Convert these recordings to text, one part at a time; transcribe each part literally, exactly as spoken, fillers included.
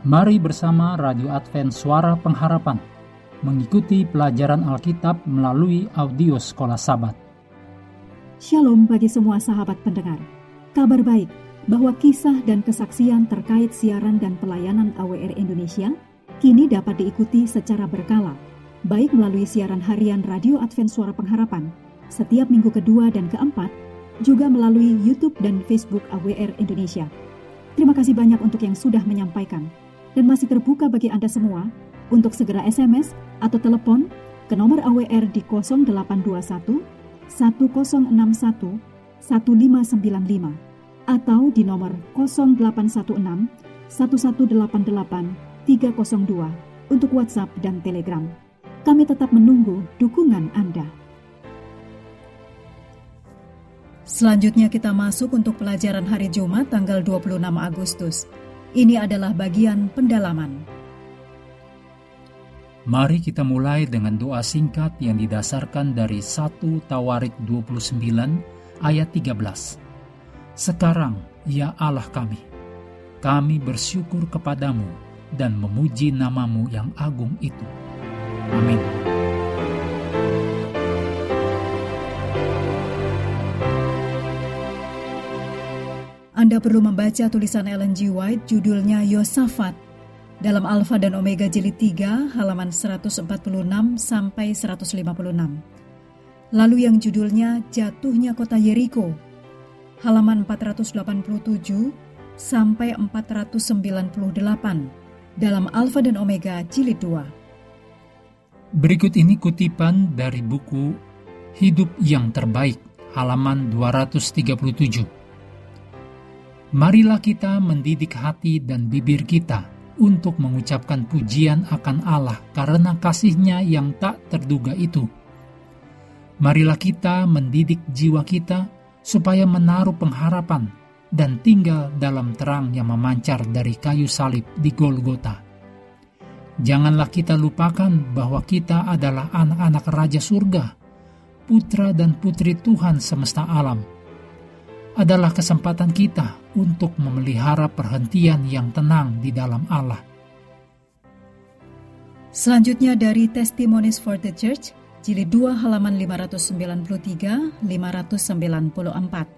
Mari bersama Radio Advent Suara Pengharapan mengikuti pelajaran Alkitab melalui audio Sekolah Sabat. Shalom bagi semua sahabat pendengar. Kabar baik bahwa kisah dan kesaksian terkait siaran dan pelayanan A W R Indonesia kini dapat diikuti secara berkala, baik melalui siaran harian Radio Advent Suara Pengharapan setiap minggu kedua dan keempat, juga melalui YouTube dan Facebook A W R Indonesia. Terima kasih banyak untuk yang sudah menyampaikan. Dan masih terbuka bagi Anda semua untuk segera S M S atau telepon ke nomor A W R di nol delapan dua satu, satu nol enam satu, satu lima sembilan lima atau di nomor nol delapan satu enam, satu satu delapan delapan, tiga nol dua untuk WhatsApp dan Telegram. Kami tetap menunggu dukungan Anda. Selanjutnya kita masuk untuk pelajaran hari Jumat tanggal dua puluh enam Agustus. Ini adalah bagian pendalaman. Mari kita mulai dengan doa singkat yang didasarkan dari satu Tawarik dua puluh sembilan ayat tiga belas. Sekarang, ya Allah kami, kami bersyukur kepadamu dan memuji namamu yang agung itu. Amin. Anda perlu membaca tulisan Ellen G. White judulnya Yosafat dalam Alfa dan Omega jilid tiga halaman seratus empat puluh enam sampai seratus lima puluh enam. Lalu yang judulnya Jatuhnya Kota Yeriko halaman empat ratus delapan puluh tujuh sampai empat ratus sembilan puluh delapan dalam Alfa dan Omega jilid dua. Berikut ini kutipan dari buku Hidup yang Terbaik halaman dua ratus tiga puluh tujuh. Marilah kita mendidik hati dan bibir kita untuk mengucapkan pujian akan Allah karena kasih-Nya yang tak terduga itu. Marilah kita mendidik jiwa kita supaya menaruh pengharapan dan tinggal dalam terang yang memancar dari kayu salib di Golgota. Janganlah kita lupakan bahwa kita adalah anak-anak Raja Surga, putra dan putri Tuhan semesta alam. Adalah kesempatan kita untuk memelihara perhentian yang tenang di dalam Allah. Selanjutnya dari Testimonies for the Church, jilid dua halaman lima ratus sembilan puluh tiga sampai lima ratus sembilan puluh empat.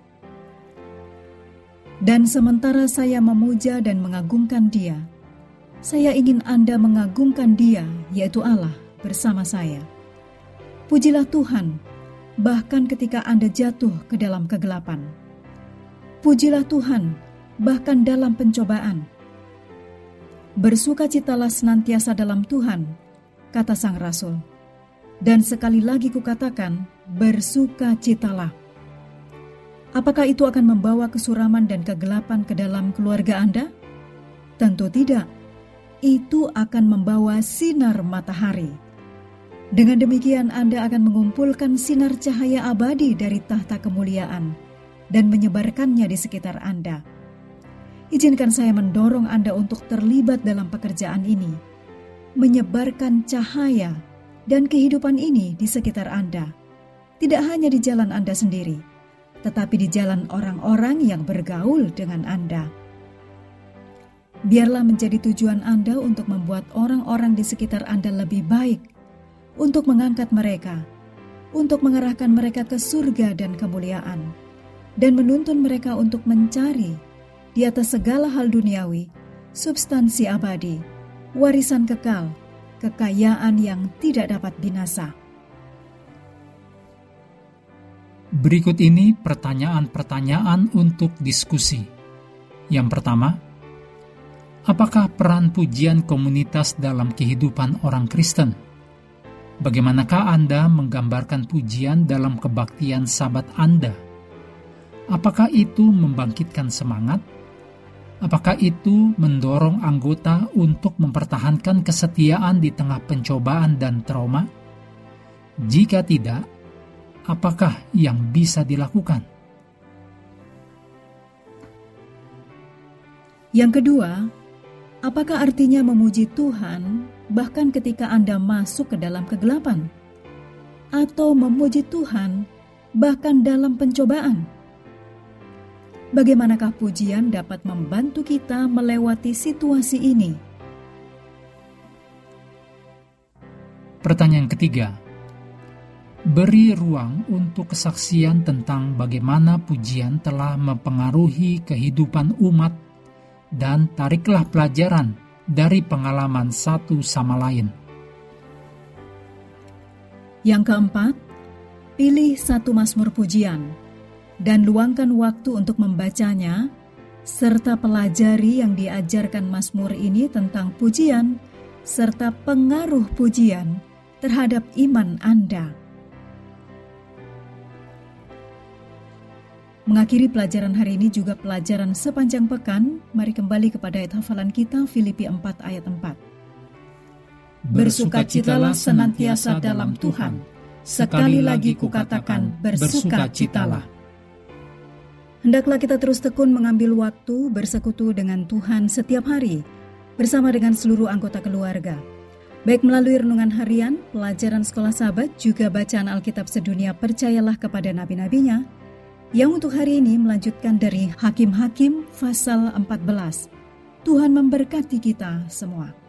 Dan sementara saya memuja dan mengagungkan Dia, saya ingin Anda mengagungkan Dia, yaitu Allah, bersama saya. Pujilah Tuhan, bahkan ketika Anda jatuh ke dalam kegelapan. Pujilah Tuhan, bahkan dalam pencobaan. Bersukacitalah senantiasa dalam Tuhan, kata Sang Rasul. Dan sekali lagi kukatakan, bersukacitalah. Apakah itu akan membawa kesuraman dan kegelapan ke dalam keluarga Anda? Tentu tidak. Itu akan membawa sinar matahari. Dengan demikian Anda akan mengumpulkan sinar cahaya abadi dari tahta kemuliaan dan menyebarkannya di sekitar Anda. Izinkan saya mendorong Anda untuk terlibat dalam pekerjaan ini, menyebarkan cahaya dan kehidupan ini di sekitar Anda, tidak hanya di jalan Anda sendiri, tetapi di jalan orang-orang yang bergaul dengan Anda. Biarlah menjadi tujuan Anda untuk membuat orang-orang di sekitar Anda lebih baik, untuk mengangkat mereka, untuk mengarahkan mereka ke surga dan kemuliaan, dan menuntun mereka untuk mencari di atas segala hal duniawi, substansi abadi, warisan kekal, kekayaan yang tidak dapat binasa. Berikut ini pertanyaan-pertanyaan untuk diskusi. Yang pertama, apakah peran pujian komunitas dalam kehidupan orang Kristen? Bagaimanakah Anda menggambarkan pujian dalam kebaktian sabat Anda? Apakah itu membangkitkan semangat? Apakah itu mendorong anggota untuk mempertahankan kesetiaan di tengah pencobaan dan trauma? Jika tidak, apakah yang bisa dilakukan? Yang kedua, apakah artinya memuji Tuhan bahkan ketika Anda masuk ke dalam kegelapan? Atau memuji Tuhan bahkan dalam pencobaan? Bagaimanakah pujian dapat membantu kita melewati situasi ini Pertanyaan ketiga, beri ruang untuk kesaksian tentang bagaimana pujian telah mempengaruhi kehidupan umat dan tariklah pelajaran dari pengalaman satu sama lain. Yang keempat, pilih satu mazmur pujian dan luangkan waktu untuk membacanya, serta pelajari yang diajarkan mazmur ini tentang pujian, serta pengaruh pujian terhadap iman Anda. Mengakhiri pelajaran hari ini juga pelajaran sepanjang pekan, mari kembali kepada ayat hafalan kita, Filipi empat ayat empat. Bersukacitalah senantiasa dalam Tuhan. Sekali lagi kukatakan, bersukacitalah. Hendaklah kita terus tekun mengambil waktu bersekutu dengan Tuhan setiap hari, bersama dengan seluruh anggota keluarga. Baik melalui renungan harian, pelajaran sekolah sahabat, juga bacaan Alkitab sedunia Percayalah kepada Nabi-Nabinya, yang untuk hari ini melanjutkan dari Hakim-Hakim pasal empat belas. Tuhan memberkati kita semua.